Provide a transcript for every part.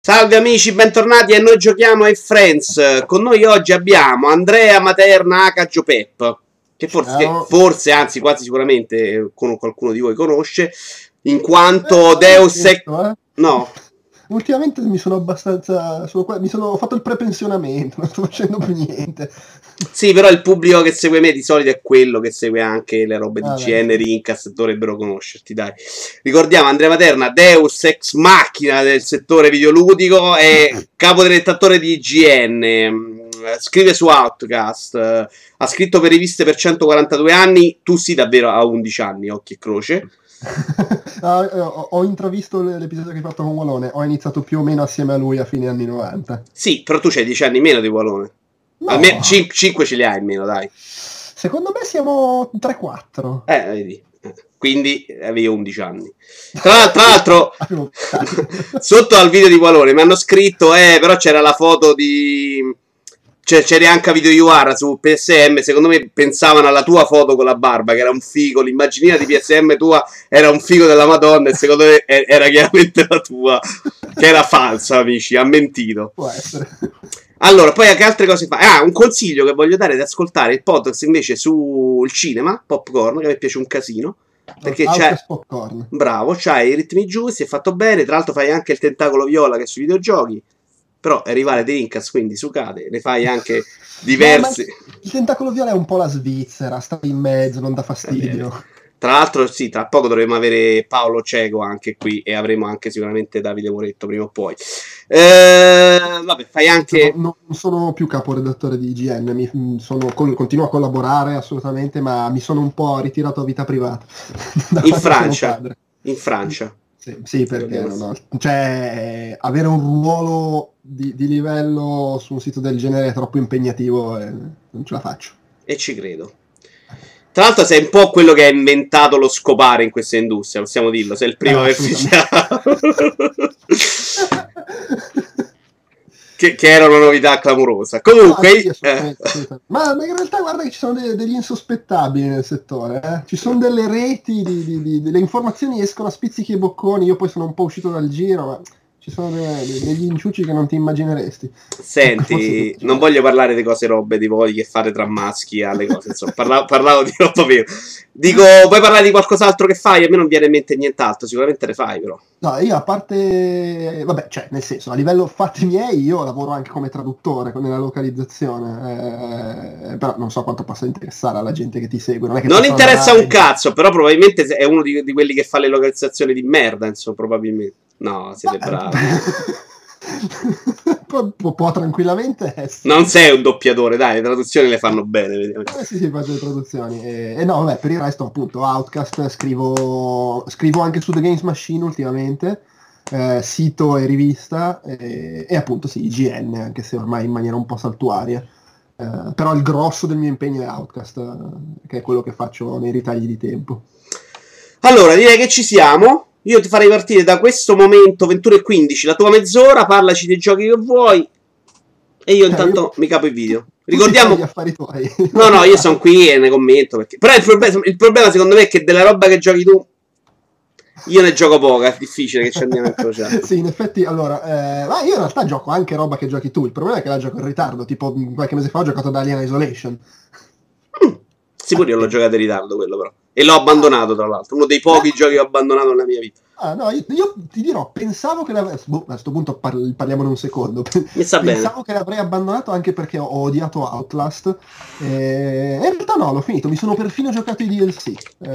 Salve amici, bentornati a Noi Giochiamo ai Friends. Con noi oggi abbiamo Andrea Materna aka Giopep, che forse, anzi quasi sicuramente qualcuno di voi conosce, in quanto Deus Ex... No. Ultimamente mi sono abbastanza... ho fatto il prepensionamento, non sto facendo più niente. Sì, però il pubblico che segue me di solito è quello che segue anche le robe di GN, Rincast, dovrebbero conoscerti, dai. Ricordiamo Andrea Materna, Deus Ex Machina del settore videoludico, è capodirettatore di IGN, scrive su Outcast, ha scritto per riviste per 142 anni, tu sì davvero a 11 anni, occhi e croce. Ho intravisto l'episodio che hai fatto con Walone, ho iniziato più o meno assieme a lui a fine anni 90. Sì, però tu c'hai 10 anni meno di Walone. No. Almeno 5 ce li hai almeno, dai. Secondo me siamo 3-4. Vedi. Quindi avevo 11 anni. Tra l'altro, sotto al video di Walone mi hanno scritto, però c'era la foto di... Cioè, c'era anche video Iwara su PSM. Secondo me pensavano alla tua foto con la barba, che era un figo. L'immagina di PSM tua era un figo della Madonna, e secondo me era chiaramente la tua, che era falsa, amici. Ha mentito. Può essere. Allora, poi che altre cose fa? Un consiglio che voglio dare è di ascoltare il podcast invece sul cinema, Popcorn, che a me piace un casino. Perché c'è Popcorn. Bravo, c'hai i ritmi giusti, è fatto bene. Tra l'altro fai anche il tentacolo viola che è sui videogiochi. Però è rivale di Rincas, quindi sucate, ne fai anche diversi. Il tentacolo viola è un po' la Svizzera, sta in mezzo, non dà fastidio. Tra l'altro, sì, tra poco dovremo avere Paolo Cieco anche qui e avremo anche sicuramente Davide Moretto prima o poi. Vabbè, fai anche... Non sono più caporedattore di IGN, continuo a collaborare assolutamente, ma mi sono un po' ritirato a vita privata. In Francia. Sì, perché cioè, avere un ruolo di livello su un sito del genere è troppo impegnativo e non ce la faccio. E ci credo. Tra l'altro sei un po' quello che ha inventato lo scopare in questa industria, possiamo dirlo, sei il primo che che era una novità clamorosa. Comunque... Ma in realtà guarda che ci sono degli insospettabili nel settore. Ci sono delle reti, delle informazioni escono a spizzichi e bocconi, io poi sono un po' uscito dal giro, ma... Ci sono degli inciuci che non ti immagineresti. Senti, non voglio parlare di cose robe di voi che fate tra maschi alle cose, insomma, parlavo di roba vera. Dico, vuoi parlare di qualcos'altro che fai? A me non viene in mente nient'altro, sicuramente ne fai però. No, io a parte, vabbè, cioè, nel senso, a livello fatti miei, io lavoro anche come traduttore, nella localizzazione, però non so quanto possa interessare alla gente che ti segue. Non interessa un cazzo, però probabilmente è uno di quelli che fa le localizzazioni di merda, insomma, probabilmente. No, siete bravi. può tranquillamente essere. Non sei un doppiatore, dai, le traduzioni le fanno bene. Vediamo. Sì, faccio le traduzioni. E no, vabbè, per il resto, appunto, Outcast, scrivo anche su The Games Machine ultimamente, sito e rivista, e appunto sì, IGN, anche se ormai in maniera un po' saltuaria. Però il grosso del mio impegno è Outcast, che è quello che faccio nei ritagli di tempo. Allora, direi che ci siamo. Io ti farei partire da questo momento 21:15, la tua mezz'ora, parlaci dei giochi che vuoi e io intanto mi capo il video. Ricordiamo... Gli affari tuoi. No, io sono qui e ne commento perché... Però il problema secondo me è che della roba che giochi tu io ne gioco poca, è difficile che ci andiamo a incrociare. Sì, in effetti, allora, ma io in realtà gioco anche roba che giochi tu, il problema è che la gioco in ritardo, tipo qualche mese fa ho giocato ad Alien Isolation. Sì, pure io l'ho giocato in ritardo quello però. E l'ho abbandonato tra l'altro, uno dei pochi giochi che ho abbandonato nella mia vita. No, io ti dirò, pensavo che a questo punto parliamone un secondo. Mi sta pensavo bene. che l'avrei abbandonato anche perché ho odiato Outlast. In realtà no, l'ho finito, mi sono perfino giocato i DLC.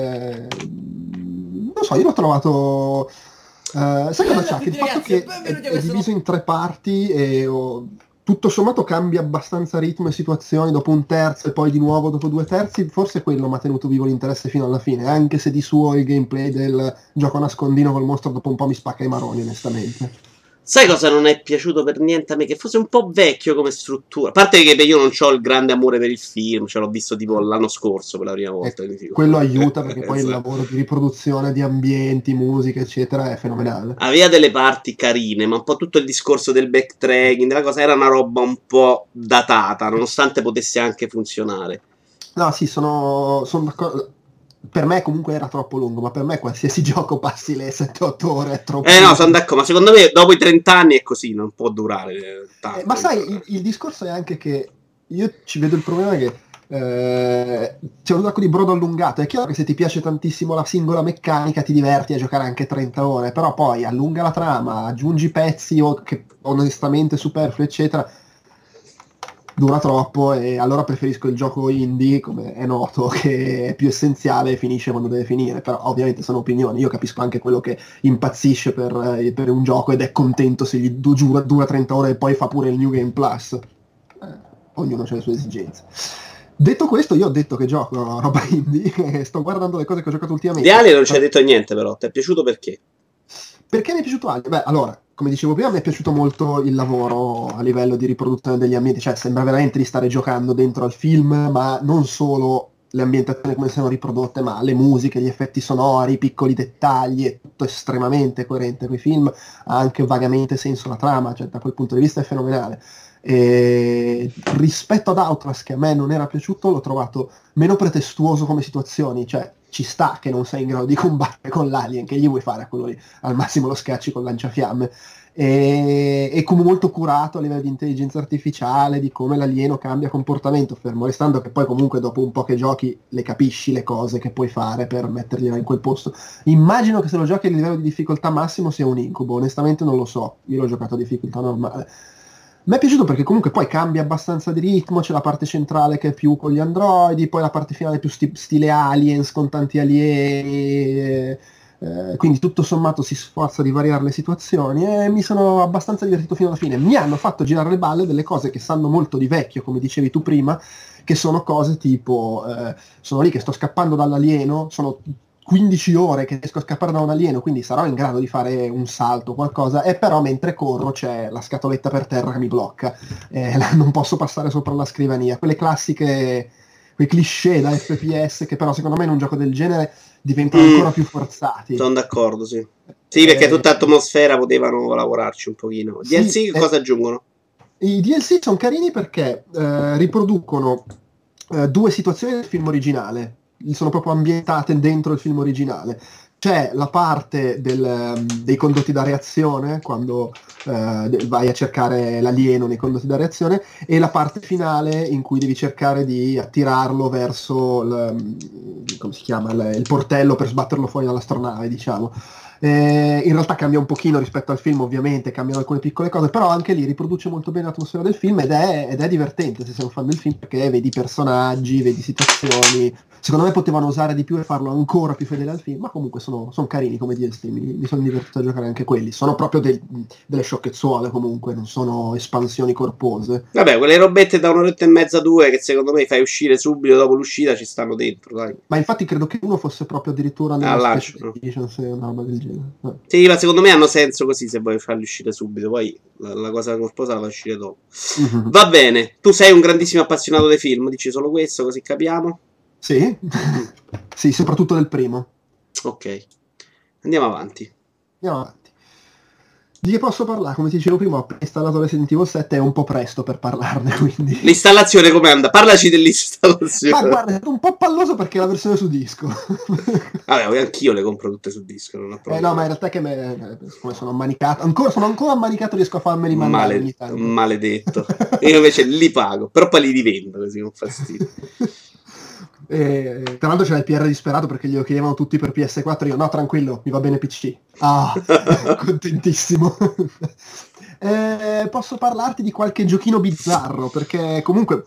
Non so, io l'ho trovato... sai cosa c'ha? Che il fatto che è diviso in 3 parti e tutto sommato cambia abbastanza ritmo e situazioni dopo un terzo e poi di nuovo dopo 2 terzi, forse quello mi ha tenuto vivo l'interesse fino alla fine, anche se di suo il gameplay del gioco a nascondino col mostro dopo un po' mi spacca i maroni, onestamente. Sai cosa non è piaciuto per niente a me? Che fosse un po' vecchio come struttura. A parte che io non ho il grande amore per il film, ce l'ho visto tipo l'anno scorso per la prima volta. Quello aiuta perché poi il lavoro di riproduzione di ambienti, musica, eccetera, è fenomenale. Aveva delle parti carine, ma un po' tutto il discorso del backtracking, della cosa era una roba un po' datata, nonostante potesse anche funzionare. No, sì, sono d'accordo. per me comunque era troppo lungo, ma per me qualsiasi gioco passi le 7-8 ore è troppo no, lungo. sono d'accordo, ma secondo me dopo i 30 anni è così, non può durare tanto. Ma sai, il discorso è anche che io ci vedo il problema che c'è un sacco di brodo allungato. È chiaro che se ti piace tantissimo la singola meccanica ti diverti a giocare anche 30 ore, però poi allunga la trama, aggiungi pezzi che onestamente superflui, eccetera, dura troppo, e allora preferisco il gioco indie, come è noto, che è più essenziale e finisce quando deve finire. Però ovviamente sono opinioni, io capisco anche quello che impazzisce per un gioco ed è contento se gli dura 30 ore e poi fa pure il New Game Plus. Ognuno ha le sue esigenze. Detto questo, io ho detto che gioco roba indie e sto guardando le cose che ho giocato ultimamente. Di Alien non ci hai detto niente, però ti è piaciuto perché? Perché mi è piaciuto Alien? Beh, allora, come dicevo prima, mi è piaciuto molto il lavoro a livello di riproduzione degli ambienti, cioè sembra veramente di stare giocando dentro al film, ma non solo le ambientazioni come sono riprodotte, ma le musiche, gli effetti sonori, i piccoli dettagli, è tutto estremamente coerente con i film, ha anche vagamente senso la trama, cioè da quel punto di vista è fenomenale. E rispetto ad Outlast, che a me non era piaciuto, l'ho trovato meno pretestuoso come situazioni, cioè ci sta che non sei in grado di combattere con l'alien, che gli vuoi fare a quello lì? Al massimo lo scacci con lanciafiamme. E come molto curato a livello di intelligenza artificiale, di come l'alieno cambia comportamento, fermo restando che poi comunque dopo un po' che giochi le capisci le cose che puoi fare per mettergliela in quel posto. Immagino che se lo giochi a livello di difficoltà massimo sia un incubo, onestamente non lo so, io l'ho giocato a difficoltà normale. Mi è piaciuto perché comunque poi cambia abbastanza di ritmo, c'è la parte centrale che è più con gli androidi, poi la parte finale più stile Aliens con tanti alieni, quindi tutto sommato si sforza di variare le situazioni e mi sono abbastanza divertito fino alla fine. Mi hanno fatto girare le balle delle cose che sanno molto di vecchio, come dicevi tu prima, che sono cose tipo, sono lì che sto scappando dall'alieno, sono 15 ore che riesco a scappare da un alieno, quindi sarò in grado di fare un salto o qualcosa, e però mentre corro c'è la scatoletta per terra che mi blocca, non posso passare sopra la scrivania. Quelle classiche, quei cliché da FPS che però secondo me in un gioco del genere diventano ancora più forzati. Sono d'accordo, sì. Sì, perché tutta atmosfera potevano lavorarci un pochino. DLC sì, cosa aggiungono? I DLC sono carini perché riproducono due situazioni del film originale, sono proprio ambientate dentro il film originale. C'è la parte dei condotti da reazione, quando vai a cercare l'alieno nei condotti da reazione, e la parte finale in cui devi cercare di attirarlo verso come si chiama, il portello per sbatterlo fuori dall'astronave, diciamo. In realtà cambia un pochino rispetto al film, ovviamente cambiano alcune piccole cose, però anche lì riproduce molto bene l'atmosfera del film ed è divertente se sei un fan del film, perché vedi personaggi, vedi situazioni. Secondo me potevano usare di più e farlo ancora più fedele al film, ma comunque sono carini come DLC, mi sono divertito a giocare anche quelli. Sono proprio delle sciocchezzuole comunque, non sono espansioni corpose. Vabbè, quelle robette da un'oretta e mezza, due, che secondo me fai uscire subito dopo l'uscita, ci stanno dentro, dai. Ma infatti credo che uno fosse proprio addirittura nella lancio, Edition, se una roba del genere. Sì, ma secondo me hanno senso così se vuoi farli uscire subito, poi la cosa corposa la fai uscire dopo. Va bene, tu sei un grandissimo appassionato dei film, dici solo questo, così capiamo? Sì, sì, soprattutto del primo. Ok, andiamo avanti. Di che posso parlare? Come ti dicevo prima, ho installato Resident Evil 7, è un po' presto per parlarne, quindi. L'installazione come anda? Parlaci dell'installazione. Ma guarda, è un po' palloso perché è la versione su disco. Vabbè, anch'io le compro tutte su disco, non ho problema. No, ma in realtà che come sono ammanicato, sono ancora ammanicato, riesco a farmeli mandare ogni tanto. Maledetto. Io invece li pago, però poi li rivendo, così non fastidio. Tra l'altro c'era il PR disperato perché glielo chiedevano tutti per PS4, io no, tranquillo, mi va bene PC. Contentissimo. Posso parlarti di qualche giochino bizzarro, perché comunque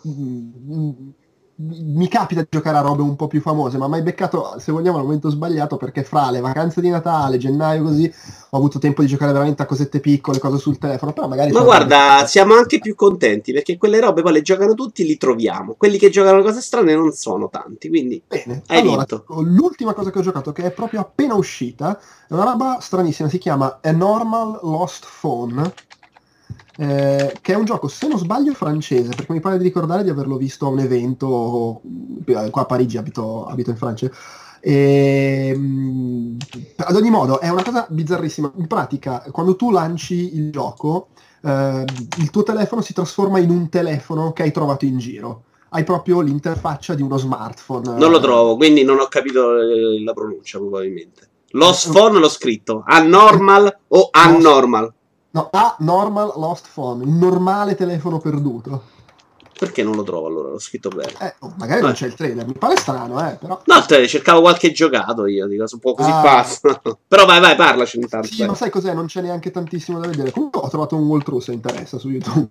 mi capita di giocare a robe un po' più famose, ma mai beccato, se vogliamo, al momento sbagliato, perché fra le vacanze di Natale, gennaio, così ho avuto tempo di giocare veramente a cosette piccole, cose sul telefono, però magari. Ma guarda, siamo anche più contenti perché quelle robe poi le giocano tutti, li troviamo. Quelli che giocano cose strane non sono tanti, quindi bene. Hai allora, vinto. L'ultima cosa che ho giocato, che è proprio appena uscita, è una roba stranissima, si chiama A Normal Lost Phone, che è un gioco, se non sbaglio, francese, perché mi pare di ricordare di averlo visto a un evento qua a Parigi, abito in Francia. Ad ogni modo è una cosa bizzarrissima. In pratica, quando tu lanci il gioco, il tuo telefono si trasforma in un telefono che hai trovato in giro. hai proprio l'interfaccia di uno smartphone. Non lo trovo, quindi non ho capito la pronuncia probabilmente. Lost Phone l'ho scritto. Anormal o Unnormal? No, Normal Lost Phone, un normale telefono perduto. Perché non lo trovo allora? L'ho scritto bene. Magari non c'è il trailer, mi pare strano, però. No, cercavo qualche giocato io, dico, un po' così pazzo. Però vai, parlaci intanto. Sì, ma sai cos'è? Non c'è neanche tantissimo da vedere. Comunque ho trovato un walkthrough, se interessa, su YouTube.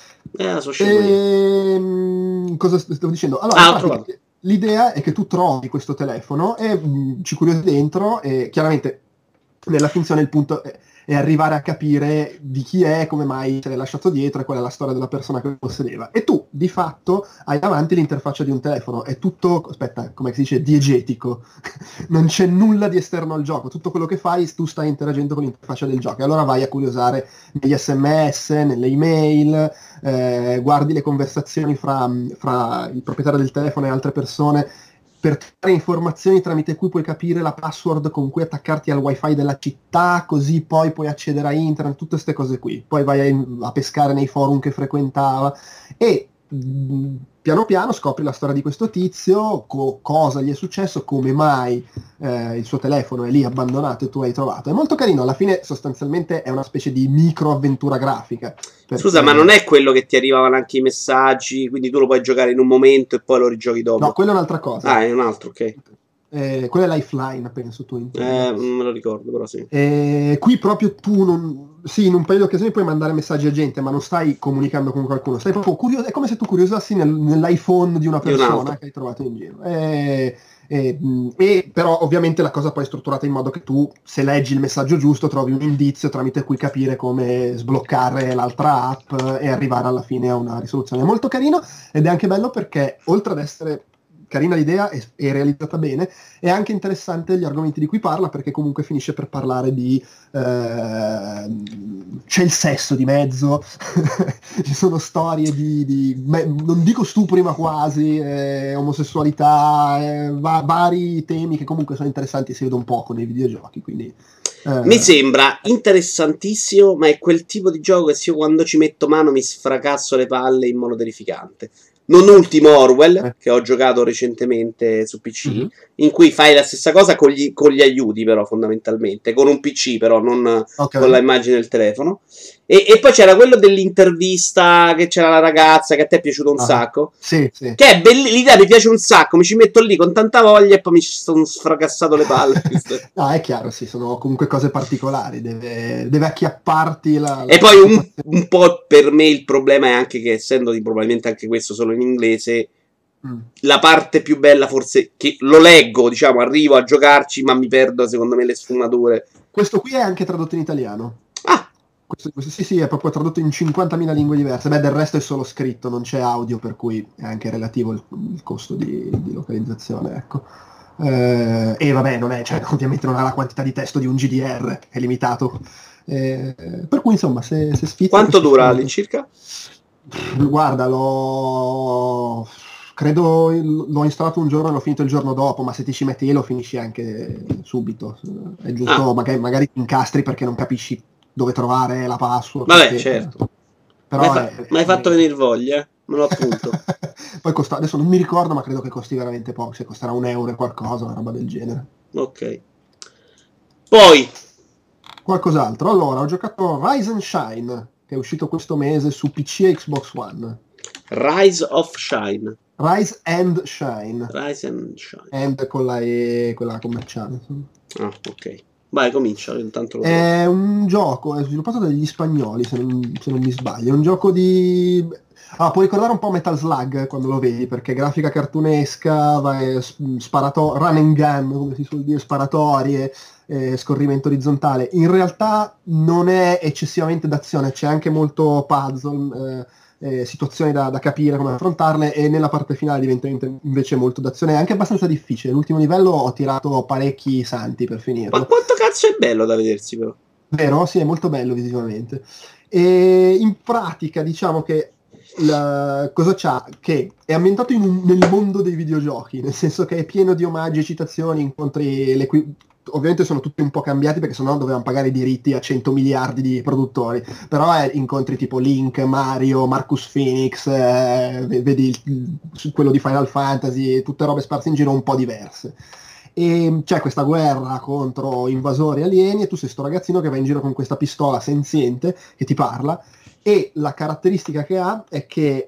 Cosa stavo dicendo? Allora, l'idea è che tu trovi questo telefono e ci curiosi dentro, e chiaramente nella finzione il punto è arrivare a capire di chi è, come mai se l'è lasciato dietro e qual è la storia della persona che lo possedeva. E tu, di fatto, hai davanti l'interfaccia di un telefono. È tutto, come si dice, diegetico. Non c'è nulla di esterno al gioco. Tutto quello che fai, tu stai interagendo con l'interfaccia del gioco. E allora vai a curiosare negli SMS, nelle email, guardi le conversazioni fra il proprietario del telefono e altre persone, per trovare informazioni tramite cui puoi capire la password con cui attaccarti al wifi della città, così poi puoi accedere a internet, tutte queste cose qui. Poi vai a pescare nei forum che frequentava e piano piano scopri la storia di questo tizio, cosa gli è successo, come mai il suo telefono è lì abbandonato e tu l'hai trovato. È molto carino, alla fine sostanzialmente è una specie di micro avventura grafica. Scusa, ma non è quello che ti arrivavano anche i messaggi, quindi tu lo puoi giocare in un momento e poi lo rigiochi dopo? No, quello è un'altra cosa. È un altro, ok. Quella è Lifeline, penso tu. Non me lo ricordo, però sì. Qui proprio tu in un paio di occasioni puoi mandare messaggi a gente, ma non stai comunicando con qualcuno, stai proprio curioso, è come se tu curiosassi nell'iPhone di una persona che hai trovato in giro. Però ovviamente la cosa poi è strutturata in modo che tu, se leggi il messaggio giusto, trovi un indizio tramite cui capire come sbloccare l'altra app e arrivare alla fine a una risoluzione. È molto carino ed è anche bello perché, oltre ad essere carina l'idea e realizzata bene, è anche interessante gli argomenti di cui parla, perché comunque finisce per parlare di c'è il sesso di mezzo, ci sono storie non dico stupri ma quasi, omosessualità, vari temi che comunque sono interessanti e si vedono un po' nei videogiochi, quindi mi sembra interessantissimo, ma è quel tipo di gioco che se io quando ci metto mano mi sfracasso le palle in modo terrificante. Non ultimo Orwell, che ho giocato recentemente su PC, in cui fai la stessa cosa con gli aiuti, però fondamentalmente, con un PC però, non con la immagine del telefono. E poi c'era quello dell'intervista, che c'era la ragazza, che a te è piaciuto un sacco. Sì. Che è l'idea mi piace un sacco, mi ci metto lì con tanta voglia e poi mi sono sfracassato le palle. No, è chiaro, sì, sono comunque cose particolari, deve acchiapparti E poi un po' per me il problema è anche che, essendo probabilmente anche questo solo in inglese, la parte più bella forse, che lo leggo, diciamo, arrivo a giocarci, ma mi perdo secondo me le sfumature. Questo qui è anche tradotto in italiano. Questo sì, è proprio tradotto in 50.000 lingue diverse. Del resto è solo scritto, non c'è audio, per cui è anche relativo il costo di localizzazione, ecco. E vabbè, ovviamente non ha la quantità di testo di un GDR, è limitato. Per cui insomma, se sfizza... Quanto dura all'incirca? Guarda, credo l'ho installato un giorno e l'ho finito il giorno dopo, ma se ti ci metti lo finisci anche subito. È giusto, magari ti incastri perché non capisci dove trovare la password. Vabbè, certo. Però mi hai fatto venire voglia, me lo appunto. Poi costa, adesso non mi ricordo, ma credo che costi veramente poco, se costerà €1 e qualcosa, una roba del genere. Ok. Poi qualcos'altro. Allora, ho giocato Rise and Shine, che è uscito questo mese su PC e Xbox One. Rise of Shine. Rise and Shine. Rise and Shine. And con la E, quella commerciale, insomma. Ah, ok. Vai, comincia, intanto è un gioco, è sviluppato dagli spagnoli, se non mi sbaglio. È un gioco di... può ricordare un po' Metal Slug quando lo vedi, perché grafica cartunesca, run and gun, come si suol dire, sparatorie, scorrimento orizzontale. In realtà non è eccessivamente d'azione, c'è anche molto puzzle, situazioni da capire come affrontarle, e nella parte finale diventa invece molto d'azione, è anche abbastanza difficile. L'ultimo livello ho tirato parecchi santi per finirlo. Ma quanto cazzo è bello da vedersi, però. Vero? Sì, è molto bello visivamente. E in pratica diciamo che cosa c'ha? Che è ambientato nel mondo dei videogiochi, nel senso che è pieno di omaggi e citazioni, incontri ovviamente sono tutti un po' cambiati perché sennò dovevano pagare i diritti a 100 miliardi di produttori, però incontri tipo Link, Mario, Marcus Phoenix, vedi quello di Final Fantasy, tutte robe sparse in giro un po' diverse. E c'è questa guerra contro invasori alieni e tu sei sto ragazzino che va in giro con questa pistola senziente che ti parla, e la caratteristica che ha è che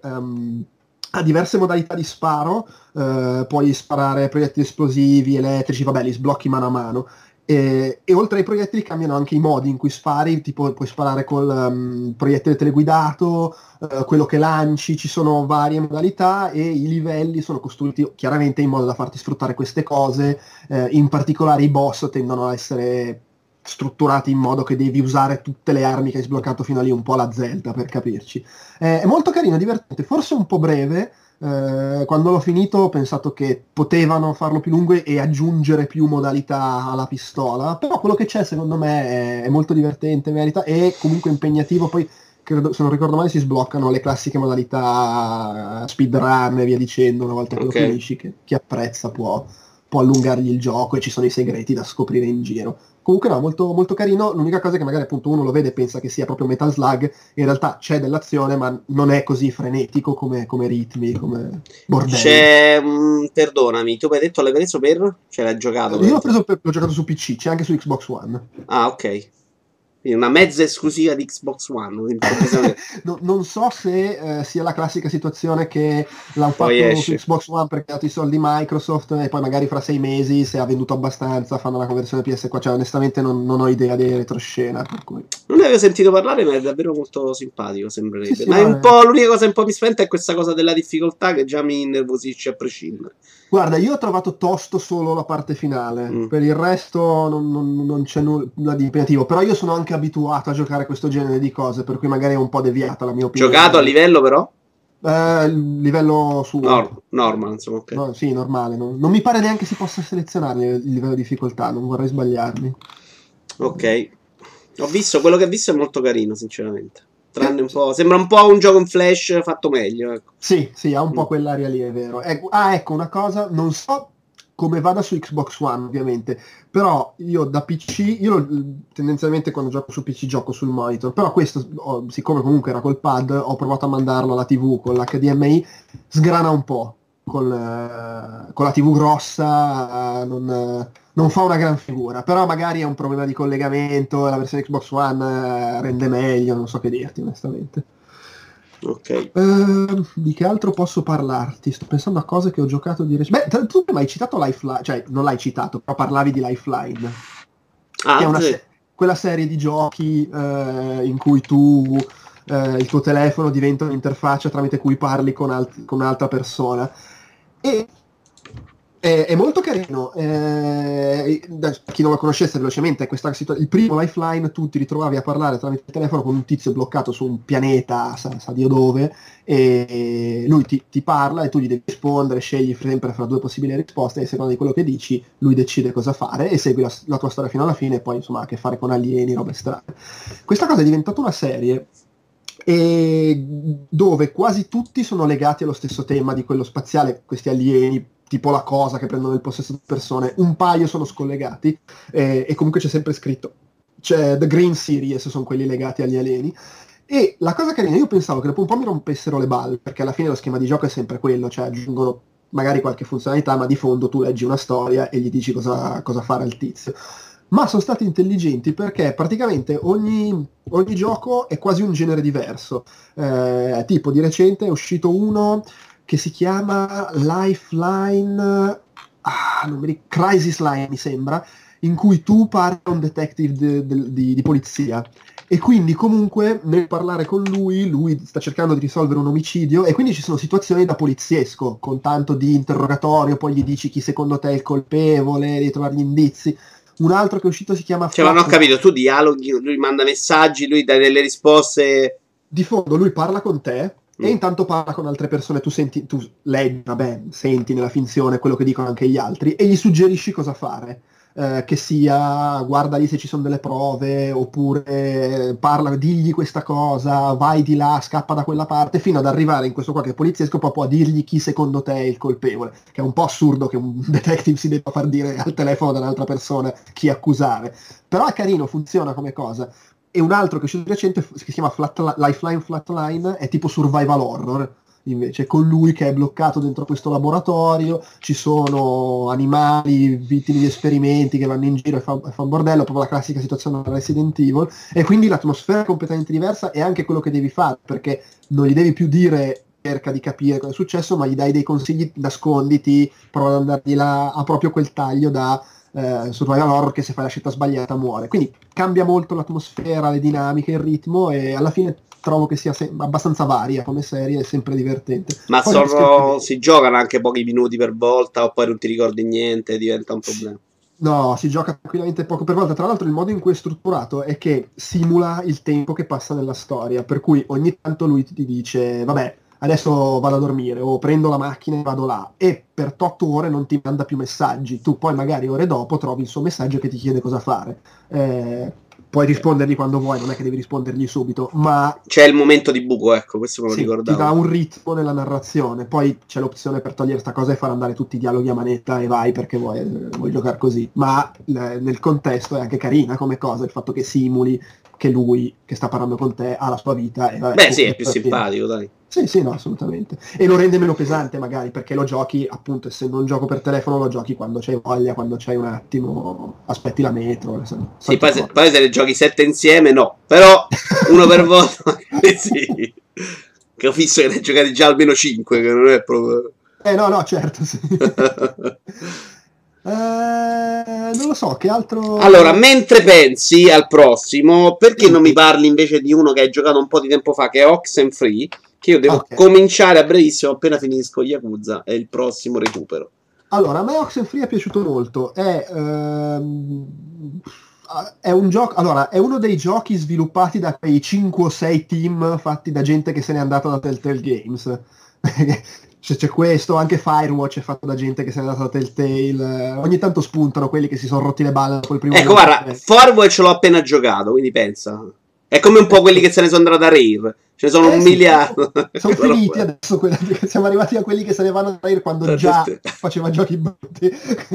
ha diverse modalità di sparo, puoi sparare proiettili esplosivi, elettrici, vabbè, li sblocchi mano a mano. E oltre ai proiettili cambiano anche i modi in cui spari, tipo puoi sparare col proiettile teleguidato, quello che lanci, ci sono varie modalità e i livelli sono costruiti chiaramente in modo da farti sfruttare queste cose, in particolare i boss tendono a essere strutturati in modo che devi usare tutte le armi che hai sbloccato fino a lì, un po' alla Zelda per capirci. È molto carino, divertente, forse un po' breve. Quando l'ho finito ho pensato che potevano farlo più lungo e aggiungere più modalità alla pistola, però quello che c'è secondo me è molto divertente, merita, e comunque impegnativo. Poi credo, se non ricordo male, si sbloccano le classiche modalità speedrun e via dicendo una volta che lo finisci, che chi apprezza può allungargli il gioco e ci sono i segreti da scoprire in giro. Comunque no, molto, molto carino. L'unica cosa è che magari appunto uno lo vede e pensa che sia proprio Metal Slug, in realtà c'è dell'azione ma non è così frenetico come ritmi, come bordello. C'è, perdonami, tu mi hai detto l'avevi preso per? Ce l'hai giocato? Io l'ho giocato su PC, c'è anche su Xbox One. Ah, ok. Una mezza esclusiva di Xbox One. Non so se sia la classica situazione che l'hanno fatto su Xbox One perché ha dato i soldi Microsoft e poi magari fra 6 mesi, se ha venduto abbastanza, fanno la conversione PS4. Cioè, onestamente non ho idea di retroscena. Per cui. Non ne avevo sentito parlare, ma è davvero molto simpatico, sembrerebbe. Sì, ma è un po' l'unica cosa un po' mi spaventa è questa cosa della difficoltà che già mi innervosisce a prescindere. Guarda, io ho trovato tosto solo la parte finale, per il resto non c'è nulla di impegnativo, però io sono anche abituato a giocare questo genere di cose, per cui magari è un po' deviata la mia opinione. Giocato a livello però? Livello suo. Normal, insomma, ok. No, sì, normale. Non mi pare neanche si possa selezionare il livello di difficoltà, non vorrei sbagliarmi. Ok. Ho visto, quello che ho visto è molto carino, sinceramente. Tranne un po', sembra un po' un gioco in Flash fatto meglio. Ecco. Sì, ha un po' quell'aria lì, è vero. Ecco, una cosa, non so come vada su Xbox One, ovviamente, però io da PC, tendenzialmente quando gioco su PC gioco sul monitor, però questo, siccome comunque era col pad, ho provato a mandarlo alla TV con l'HDMI, sgrana un po'. Con la TV grossa non fa una gran figura, però magari è un problema di collegamento e la versione Xbox One rende meglio, non so che dirti onestamente. Ok. Di che altro posso parlarti? Sto pensando a cose che ho giocato di recente. Beh, tu mi hai citato Lifeline, cioè non l'hai citato, però parlavi di Lifeline. Che è quella serie di giochi in cui tu il tuo telefono diventa un'interfaccia tramite cui parli con un'altra persona. E è molto carino. Chi non lo conoscesse velocemente, il primo Lifeline, tu ti ritrovavi a parlare tramite il telefono con un tizio bloccato su un pianeta, sa Dio dove, e lui ti parla e tu gli devi rispondere, scegli sempre fra due possibili risposte e a seconda di quello che dici lui decide cosa fare e segui la tua storia fino alla fine, e poi insomma ha a che fare con alieni, robe strane. Questa cosa è diventata una serie e dove quasi tutti sono legati allo stesso tema di quello spaziale, questi alieni, tipo la cosa che prendono il possesso di persone, un paio sono scollegati e comunque c'è sempre scritto, c'è The Green Series, sono quelli legati agli alieni. E la cosa carina, io pensavo che dopo un po' mi rompessero le balle, perché alla fine lo schema di gioco è sempre quello, cioè aggiungono magari qualche funzionalità, ma di fondo tu leggi una storia e gli dici cosa fare al tizio. Ma sono stati intelligenti perché praticamente ogni gioco è quasi un genere diverso. Tipo di recente è uscito uno che si chiama Lifeline, Crisis Line mi sembra, in cui tu parli con un detective di polizia. E quindi comunque nel parlare con lui sta cercando di risolvere un omicidio e quindi ci sono situazioni da poliziesco, con tanto di interrogatorio, poi gli dici chi secondo te è il colpevole, devi trovare gli indizi. Un altro che è uscito si chiama... Cioè, non ho capito, tu dialoghi, lui manda messaggi, lui dà delle risposte... Di fondo lui parla con te e intanto parla con altre persone, tu senti nella finzione quello che dicono anche gli altri e gli suggerisci cosa fare. che sia guarda lì se ci sono delle prove, oppure parla, digli questa cosa, vai di là, scappa da quella parte, fino ad arrivare in questo qua che è poliziesco proprio a dirgli chi secondo te è il colpevole, che è un po' assurdo che un detective si debba far dire al telefono da un'altra persona chi accusare, però è carino, funziona come cosa. E un altro che è uscito recente, che si chiama Lifeline Flatline, è tipo survival horror, invece con lui che è bloccato dentro questo laboratorio, ci sono animali vittime di esperimenti che vanno in giro e fa un bordello, proprio la classica situazione da Resident Evil, e quindi l'atmosfera è completamente diversa e anche quello che devi fare, perché non gli devi più dire cerca di capire cosa è successo, ma gli dai dei consigli, nasconditi, prova ad andargli là, ha proprio quel taglio da survival horror che se fai la scelta sbagliata muore, quindi cambia molto l'atmosfera, le dinamiche, il ritmo, e alla fine trovo che sia abbastanza varia come serie, è sempre divertente. Ma si giocano anche pochi minuti per volta o poi non ti ricordi niente, diventa un problema? No, si gioca tranquillamente poco per volta. Tra l'altro il modo in cui è strutturato è che simula il tempo che passa nella storia, per cui ogni tanto lui ti dice vabbè, adesso vado a dormire o prendo la macchina e vado là, e per 8 ore non ti manda più messaggi, tu poi magari ore dopo trovi il suo messaggio che ti chiede cosa fare. Puoi rispondergli quando vuoi, non è che devi rispondergli subito, ma c'è il momento di buco, ecco, questo me lo ricordavo. Ti dà un ritmo nella narrazione, poi c'è l'opzione per togliere sta cosa e far andare tutti i dialoghi a manetta e vai perché vuoi giocare così, ma nel contesto è anche carina come cosa, il fatto che simuli che lui che sta parlando con te ha la sua vita e vabbè, beh sì, è più simpatico, dai. Sì, no, assolutamente. E lo rende meno pesante magari, perché lo giochi, appunto, essendo un gioco per telefono, lo giochi quando c'hai voglia, quando c'hai un attimo, aspetti la metro. Sì, poi se le giochi 7 insieme, no. Però uno per volta, sì. Che ho visto che ne hai giocati già almeno 5, che non è proprio... no, certo, sì. Non lo so, che altro... Allora, mentre pensi al prossimo, perché non mi parli invece di uno che hai giocato un po' di tempo fa, che è Oxenfree? Che io devo cominciare a brevissimo, appena finisco Yakuza, è il prossimo recupero. Allora, a me Oxenfree è piaciuto molto, è un gioco, allora, è uno dei giochi sviluppati da quei 5 o 6 team fatti da gente che se n'è andata da Telltale Games. C'è questo, anche Firewatch è fatto da gente che se n'è andata da Telltale, ogni tanto spuntano quelli che si sono rotti le balle dopo il primo ecco, guarda, Firewatch l'ho appena giocato, quindi pensa. È come un po' quelli che se ne sono andati da Rare. Ce ne sono un miliardo. Sono finiti adesso, siamo arrivati a quelli che se ne vanno da Rare quando già faceva giochi brutti.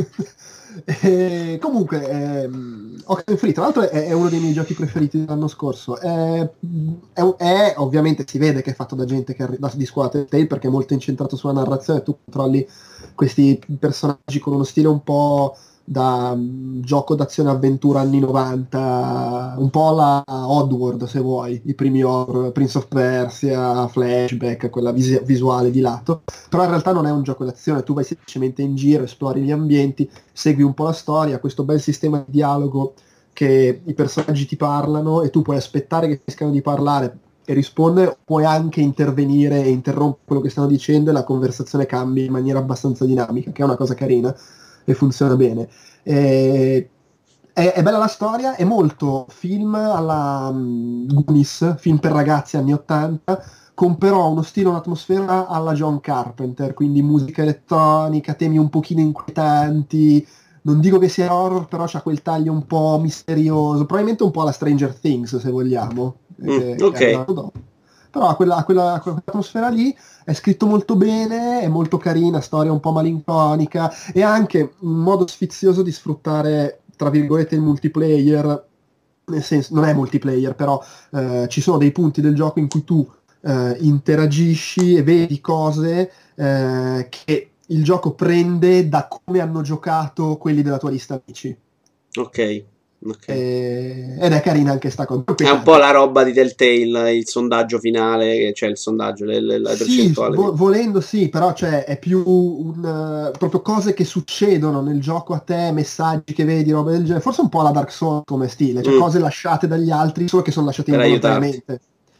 Comunque, Oxenfree, tra l'altro, è uno dei miei giochi preferiti dell'anno scorso. È ovviamente si vede che è fatto da gente che di scuola Telltale, perché è molto incentrato sulla narrazione. Tu controlli questi personaggi con uno stile un po' da gioco d'azione avventura anni 90, un po' la Oddworld se vuoi, i primi horror, Prince of Persia, Flashback, quella visuale di lato, però in realtà non è un gioco d'azione, tu vai semplicemente in giro, esplori gli ambienti, segui un po' la storia, questo bel sistema di dialogo che i personaggi ti parlano e tu puoi aspettare che finiscano di parlare e rispondere, puoi anche intervenire e interrompere quello che stanno dicendo e la conversazione cambia in maniera abbastanza dinamica, che è una cosa carina e funziona bene. È bella la storia, è molto film alla Goonies, film per ragazzi anni 80, con però uno stile, un'atmosfera alla John Carpenter, quindi musica elettronica, temi un pochino inquietanti, non dico che sia horror, però c'ha quel taglio un po' misterioso, probabilmente un po' alla Stranger Things se vogliamo, ok. Però quell'atmosfera lì è scritto molto bene, è molto carina, storia un po' malinconica, e anche un modo sfizioso di sfruttare, tra virgolette, il multiplayer, nel senso, non è multiplayer, però ci sono dei punti del gioco in cui tu interagisci e vedi cose che il gioco prende da come hanno giocato quelli della tua lista amici. Ok. Ed è carina anche sta cosa. È un po' la roba di Telltale, il sondaggio finale, cioè il sondaggio, la percentuale. Volendo sì, però cioè, è più proprio cose che succedono nel gioco a te, messaggi che vedi, roba del genere. Forse un po' la Dark Souls come stile, cioè cose lasciate dagli altri, solo che sono lasciate involontariamente.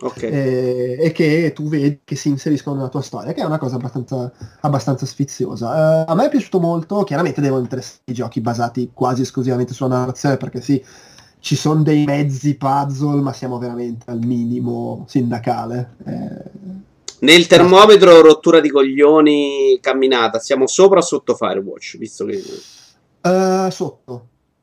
E che tu vedi che si inseriscono nella tua storia, che è una cosa abbastanza sfiziosa. A me è piaciuto molto, chiaramente devono interessare i giochi basati quasi esclusivamente sulla narrazione, perché sì, ci sono dei mezzi puzzle, ma siamo veramente al minimo sindacale. Nel termometro rottura di coglioni camminata, siamo sopra o sotto Firewatch? Visto che... Sotto.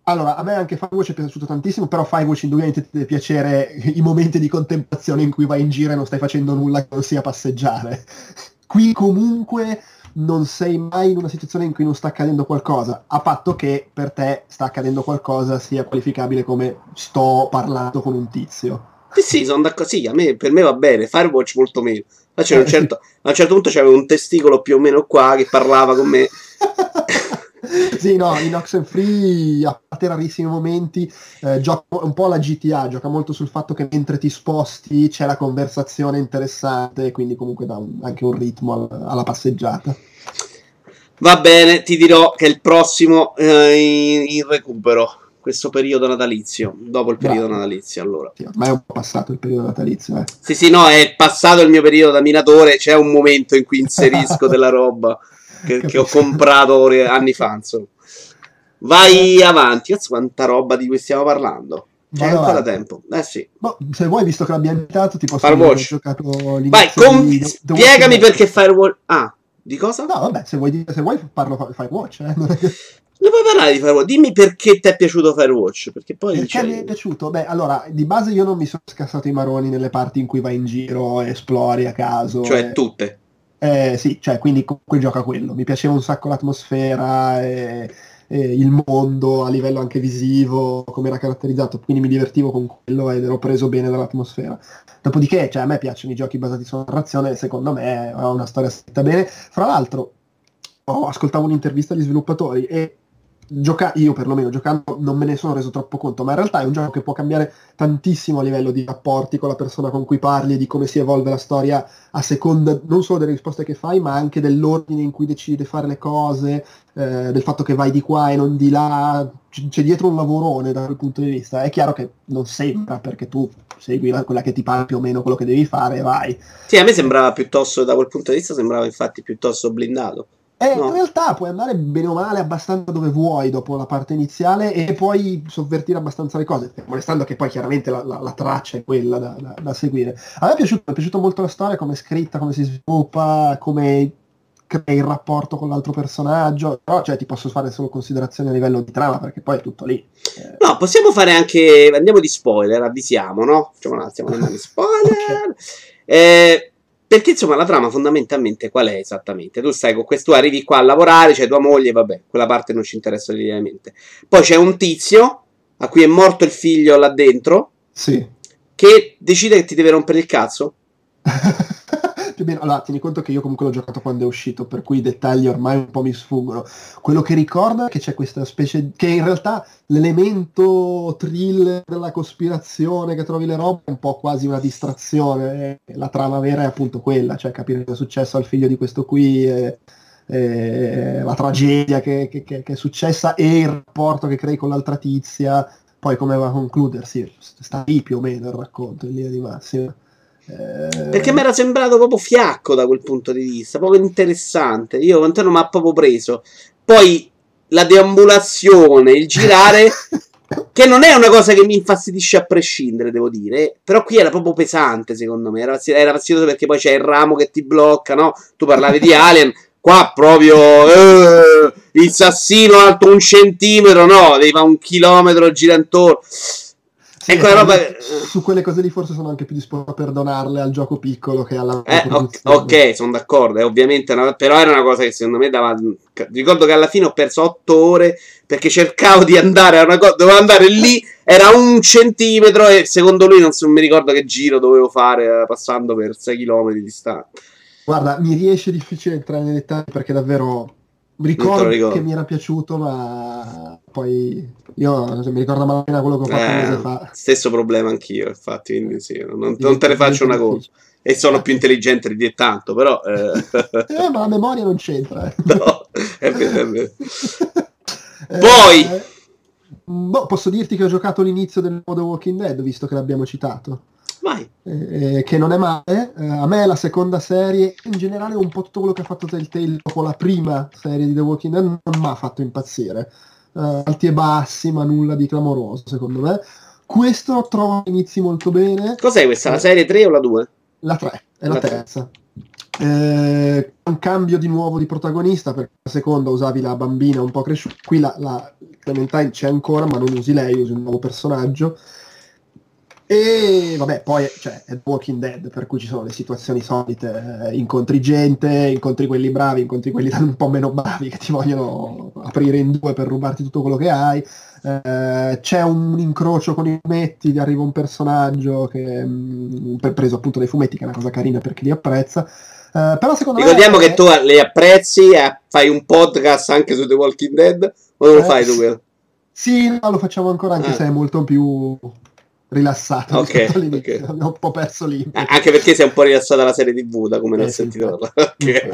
Allora, a me anche Firewatch è piaciuto tantissimo, però Firewatch indubbiamente ti deve piacere i momenti di contemplazione in cui vai in giro e non stai facendo nulla che non sia passeggiare. Qui comunque non sei mai in una situazione in cui non sta accadendo qualcosa, a patto che per te sta accadendo qualcosa sia qualificabile come sto parlando con un tizio. Sì, sono d'accordo. Sì, per me va bene. Firewatch molto meno. A un certo punto c'avevo un testicolo più o meno qua che parlava con me. Sì, no, in Oxenfree, a parte rarissimi momenti, gioca un po' alla GTA, gioca molto sul fatto che mentre ti sposti c'è la conversazione interessante, quindi comunque dà anche un ritmo alla passeggiata. Va bene, ti dirò che il prossimo in recupero, questo periodo natalizio, dopo il periodo natalizio, allora. Sì, ormai è un po' passato il periodo natalizio, Sì, no, è passato il mio periodo da minatore, c'è un momento in cui inserisco della roba che ho comprato anni fa, insomma. Vai avanti, cazzo, quanta roba di cui stiamo parlando. C'è ancora tempo. Sì. Se vuoi, visto che l'abbiamo invitato, ti posso dire che ho giocato Vai, spiegami perché Firewatch. Di cosa? No, vabbè, se vuoi parlo di Firewatch. Non puoi parlare di Firewatch, dimmi perché ti è piaciuto Firewatch. Perché mi è piaciuto? Beh, allora, di base io non mi sono scassato i maroni nelle parti in cui vai in giro e esplori a caso. Cioè tutte? Sì, cioè, quindi comunque gioca quello. Mi piaceva un sacco l'atmosfera e il mondo a livello anche visivo, come era caratterizzato, quindi mi divertivo con quello ed ero preso bene dall'atmosfera. Dopodiché, cioè, a me piacciono i giochi basati su narrazione, secondo me ha una storia scritta bene. Fra l'altro, ascoltavo un'intervista agli sviluppatori e io perlomeno giocando non me ne sono reso troppo conto, ma in realtà è un gioco che può cambiare tantissimo a livello di rapporti con la persona con cui parli e di come si evolve la storia a seconda non solo delle risposte che fai, ma anche dell'ordine in cui decidi di fare le cose, del fatto che vai di qua e non di là. C'è dietro un lavorone da quel punto di vista. È chiaro che non sembra, perché tu segui quella che ti pare più o meno quello che devi fare e vai. Sì, a me sembrava piuttosto, da quel punto di vista sembrava infatti piuttosto blindato. No. In realtà puoi andare bene o male abbastanza dove vuoi dopo la parte iniziale e puoi sovvertire abbastanza le cose, restando che poi chiaramente la traccia è quella da seguire. A me è piaciuto molto la storia, come è scritta, come si sviluppa, come crea il rapporto con l'altro personaggio, però cioè, ti posso fare solo considerazioni a livello di trama perché poi è tutto lì. No, possiamo fare anche, andiamo di spoiler, avvisiamo, no? Facciamo un attimo, andiamo di spoiler. Okay. Perché insomma la trama fondamentalmente qual è esattamente? Tu stai con questo, arrivi qua a lavorare, c'è tua moglie, vabbè, quella parte non ci interessa ovviamente. Poi c'è un tizio a cui è morto il figlio là dentro, sì, che decide che ti deve rompere il cazzo. Più o meno, allora tieni conto che io comunque l'ho giocato quando è uscito, per cui i dettagli ormai un po' mi sfuggono. Quello che ricordo è che c'è questa specie che in realtà l'elemento thriller della cospirazione che trovi le robe è un po' quasi una distrazione. La trama vera è appunto quella, cioè capire cosa è successo al figlio di questo qui, la tragedia che è successa e il rapporto che crei con l'altra tizia, poi come va a concludersi. Sta lì più o meno il racconto in linea di massima. Perché mi era sembrato proprio fiacco da quel punto di vista, proprio interessante. Io con te non mi ha proprio preso. Poi la deambulazione, il girare, che non è una cosa che mi infastidisce a prescindere, devo dire. Però qui era proprio pesante, secondo me. Era fastidioso perché poi c'è il ramo che ti blocca, no? Tu parlavi di Alien, qua proprio il sassino alto 1 centimetro, no? Devi fare 1 chilometro gira intorno. Sì, ecco, roba... Su quelle cose lì forse sono anche più disposto a perdonarle al gioco piccolo che alla ok, sono d'accordo, ovviamente però era una cosa che secondo me dava... Ricordo che alla fine ho perso 8 ore perché cercavo di andare a una cosa, dovevo andare lì, era 1 centimetro e secondo lui non mi ricordo che giro dovevo fare passando per 6 km di distanza. Guarda, mi riesce difficile entrare nei dettagli perché davvero ricordo che mi era piaciuto, ma poi io mi ricordo malapena quello che ho fatto un mese fa. Stesso problema anch'io, infatti, quindi sì, non te ne faccio una colpa. E sono più intelligente di te tanto, però... ma la memoria non c'entra. No, è vero, è vero. Poi... posso dirti che ho giocato l'inizio del nuovo The Walking Dead, visto che l'abbiamo citato. Vai. Che non è male. A me la seconda serie, in generale un po' tutto quello che ha fatto Telltale dopo la prima serie di The Walking Dead non mi ha fatto impazzire. Alti e bassi, ma nulla di clamoroso secondo me. Questo trovo inizi molto bene. Cos'è questa? La serie 3 o la 2? La 3, è la terza. Un cambio di nuovo di protagonista, perché la seconda usavi la bambina un po' cresciuta, qui la Clementine c'è ancora ma non usi lei, usi un nuovo personaggio. E vabbè, poi è The Walking Dead, per cui ci sono le situazioni solite, incontri gente, incontri quelli bravi, incontri quelli un po' meno bravi che ti vogliono aprire in due per rubarti tutto quello che hai. C'è un incrocio con i fumetti, arriva un personaggio che preso appunto dai fumetti, che è una cosa carina per chi li apprezza. Però secondo Ricordiamo che tu le apprezzi, fai un podcast anche su The Walking Dead, o non lo fai tu quello? Sì, no, lo facciamo ancora, anche se è molto più rilassato. Ok. Abbiamo un po' perso lì. Anche perché sei un po' rilassata la serie TV, da come ne ho sentito parlare.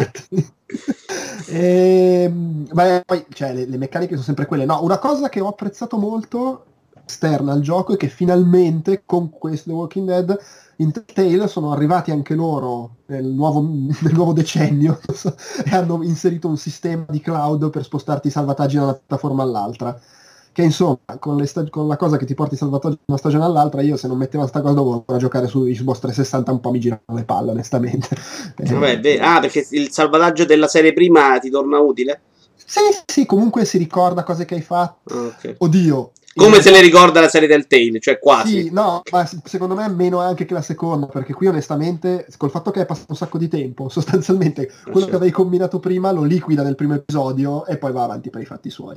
Poi le meccaniche sono sempre quelle. No, una cosa che ho apprezzato molto esterna al gioco è che finalmente con questo The Walking Dead in Telltale sono arrivati anche loro nel nuovo decennio e hanno inserito un sistema di cloud per spostarti i salvataggi da una piattaforma all'altra, che insomma con la cosa che ti porti i salvataggi da una stagione all'altra, io se non mettevo sta cosa dovevo giocare su Xbox 360 un po' mi girano le palle onestamente. Perché il salvataggio della serie prima ti torna utile? Sì, comunque si ricorda cose che hai fatto. Okay. Oddio, come se le ricorda la serie Telltale, cioè quasi. Sì, no, ma secondo me meno anche che la seconda, perché qui onestamente, col fatto che è passato un sacco di tempo, sostanzialmente quello che avevi combinato prima lo liquida nel primo episodio e poi va avanti per i fatti suoi.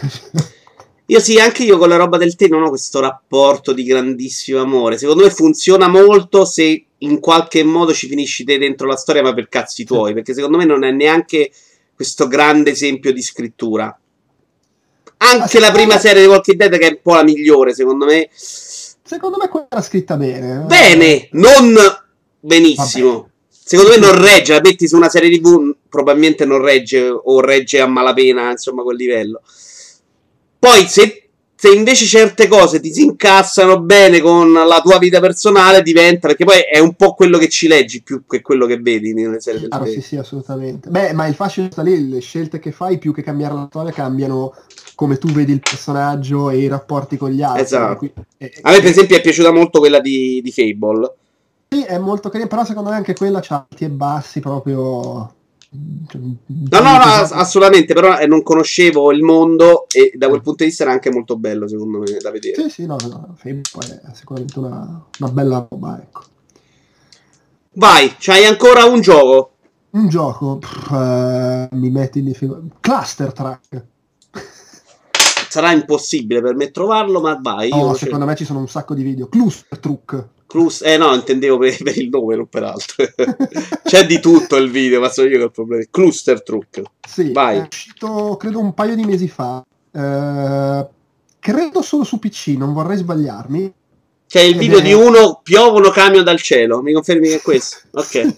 Anche io con la roba del tè non ho questo rapporto di grandissimo amore. Secondo me funziona molto se in qualche modo ci finisci te dentro la storia, ma per cazzi tuoi, perché secondo me non è neanche questo grande esempio di scrittura. Anche la prima serie di Walking Dead, che è un po' la migliore, secondo me. Secondo me quella era scritta bene. Bene, non benissimo. Vabbè. Secondo me non regge, la metti su una serie TV, probabilmente non regge, o regge a malapena, insomma, quel livello. Poi se invece certe cose ti si incassano bene con la tua vita personale, diventa, perché poi è un po' quello che ci leggi più che quello che vedi nelle serie del tempo. Sì, assolutamente. Beh, ma il fascino sta lì, le scelte che fai più che cambiare la storia cambiano come tu vedi il personaggio e i rapporti con gli altri. Esatto. A me per esempio è piaciuta molto quella di Fable. Sì, è molto carina, però secondo me anche quella c'ha alti e bassi proprio. No, assolutamente, però non conoscevo il mondo e da quel punto di vista era anche molto bello, secondo me, da vedere. Sì, Fable poi è sicuramente una bella roba, ecco. Vai, c'hai ancora un gioco? Un gioco? Mi metti in difficoltà. Cluster Track. Sarà impossibile per me trovarlo, ma vai. No, secondo me ci sono un sacco di video. Cluster Truck. No, intendevo per il nome, non per altro. C'è di tutto il video, ma sono io che ho il problema. Cluster Truck. Sì, vai. È uscito credo un paio di mesi fa. Credo solo su PC, non vorrei sbagliarmi. C'è il video di uno, piovono camion dal cielo. Mi confermi che è questo? Ok.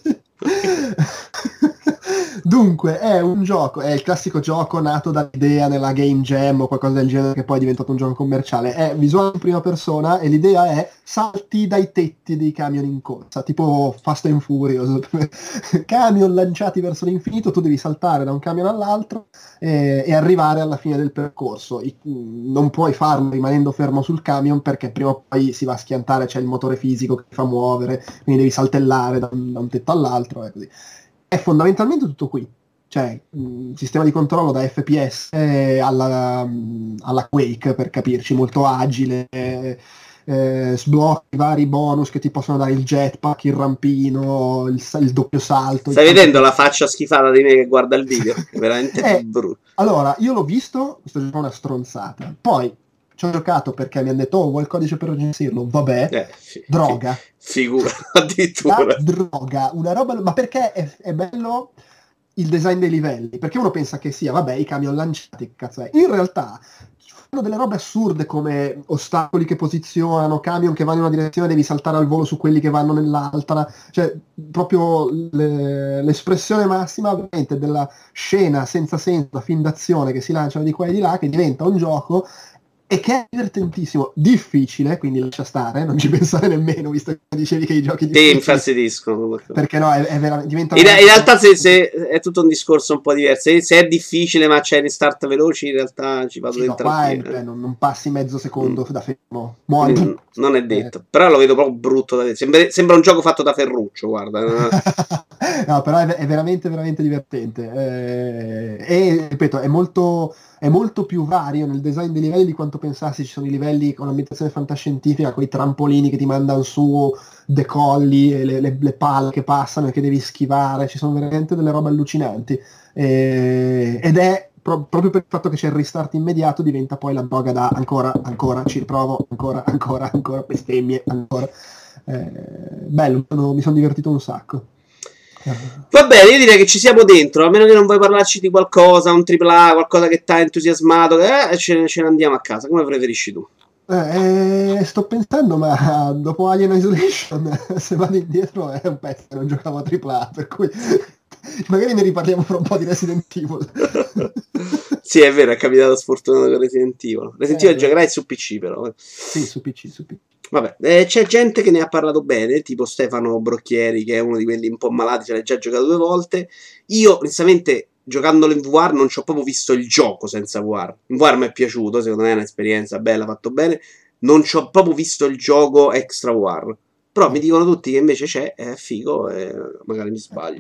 Dunque è un gioco, è il classico gioco nato dall'idea nella Game Jam o qualcosa del genere che poi è diventato un gioco commerciale. È visuale in prima persona e l'idea è salti dai tetti dei camion in corsa, tipo Fast and Furious. Camion lanciati verso l'infinito, tu devi saltare da un camion all'altro e arrivare alla fine del percorso. Non puoi farlo rimanendo fermo sul camion perché prima o poi si va a schiantare, c'è il motore fisico che fa muovere, quindi devi saltellare da un tetto all'altro e così. È fondamentalmente tutto qui, cioè sistema di controllo da FPS alla Quake, per capirci, molto agile, sblocchi vari bonus che ti possono dare il jetpack, il rampino, il doppio salto. Stai vedendo la faccia schifata di me che guarda il video? È veramente brutto. Allora, io l'ho visto, questo gioco è una stronzata, poi ci ho giocato perché mi hanno detto vuoi il codice per recensirlo? Vabbè, droga. Figura, addirittura. Droga, una roba, ma perché è bello il design dei livelli? Perché uno pensa che sia, vabbè, i camion lanciati, che cazzo è? In realtà fanno delle robe assurde come ostacoli che posizionano, camion che vanno in una direzione, devi saltare al volo su quelli che vanno nell'altra, cioè proprio l'espressione massima ovviamente della scena senza senso, da film d'azione che si lanciano di qua e di là, che diventa un gioco. e che è divertentissimo, difficile, quindi lascia stare, non ci pensare nemmeno, visto che dicevi che i giochi difficili... Sì, infastidiscono. Perché no, è veramente... In realtà se è tutto un discorso un po' diverso. Se è difficile ma c'è restart veloci, in realtà ci vado sì, dentro. No, non passi mezzo secondo da fermo. Muori. Non è detto. Però lo vedo proprio brutto da vedere. Sembra un gioco fatto da Ferruccio, guarda. No, però è veramente, veramente divertente. E, ripeto, è molto più vario nel design dei livelli di quanto pensassi. Ci sono i livelli con l'ambientazione fantascientifica, con i trampolini che ti mandano su, decolli, e le palle che passano e che devi schivare. Ci sono veramente delle robe allucinanti. Ed è proprio per il fatto che c'è il restart immediato, diventa poi la droga da ancora, ci riprovo, ancora, bestemmie, ancora. Bello, mi sono divertito un sacco. Va bene, io direi che ci siamo dentro, a meno che non vuoi parlarci di qualcosa, un AAA, qualcosa che ti ha entusiasmato, ce ne andiamo a casa, come preferisci tu? Sto pensando, ma dopo Alien Isolation, se vado indietro è un pezzo che non giocavo a AAA, per cui magari ne riparliamo fra un po' di Resident Evil. Sì, è vero, è capitato sfortunato con Resident Evil. Resident Evil giocherai su PC però. Sì, su PC. Vabbè, c'è gente che ne ha parlato bene, tipo Stefano Brocchieri, che è uno di quelli un po' malati, ce l'ha già giocato 2 volte. Io, onestamente, giocandolo in VR non ci ho proprio visto il gioco senza VR. In VR mi è piaciuto, secondo me è un'esperienza bella, fatto bene. Non ci ho proprio visto il gioco extra VR. Però mi dicono tutti che invece c'è, è figo, e magari mi sbaglio.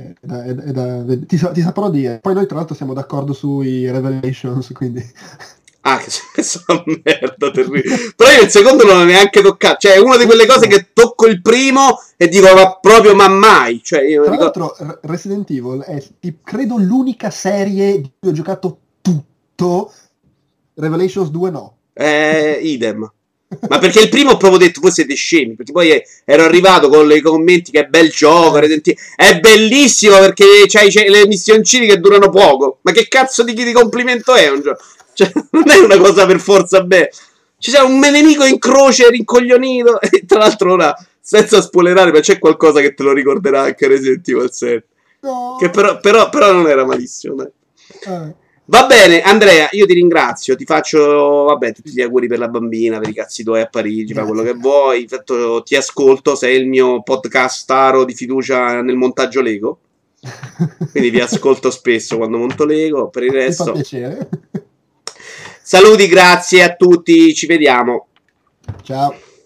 Ti saprò dire. Poi noi tra l'altro siamo d'accordo sui Revelations, quindi... Ah, che è una merda terribile. Però io il secondo non l'ho neanche toccato. Cioè, è una di quelle cose che tocco il primo e dico, ma proprio, ma mai. Cioè, io tra l'altro, Resident Evil è, credo, l'unica serie di cui ho giocato tutto. Revelations 2 no. Idem. Ma perché il primo ho proprio detto, voi siete scemi, perché poi ero arrivato con i commenti che è bel gioco, è bellissimo perché c'hai le missioncine che durano poco. Ma che cazzo di complimento è un gioco? Cioè, non è una cosa per forza bene. Ci c'è un nemico in croce rincoglionito. E tra l'altro ora, senza spoilerare, ma c'è qualcosa che te lo ricorderà anche Resident Evil 7. No. Che però non era malissimo, dai. Va bene, Andrea, io ti ringrazio, ti faccio, vabbè, tutti gli auguri per la bambina, per i cazzi tuoi a Parigi, fa quello che vuoi, ti ascolto, sei il mio podcastaro di fiducia nel montaggio Lego, quindi vi ascolto spesso quando monto Lego, per il resto... Mi fa piacere. Saluti, grazie a tutti, ci vediamo. Ciao.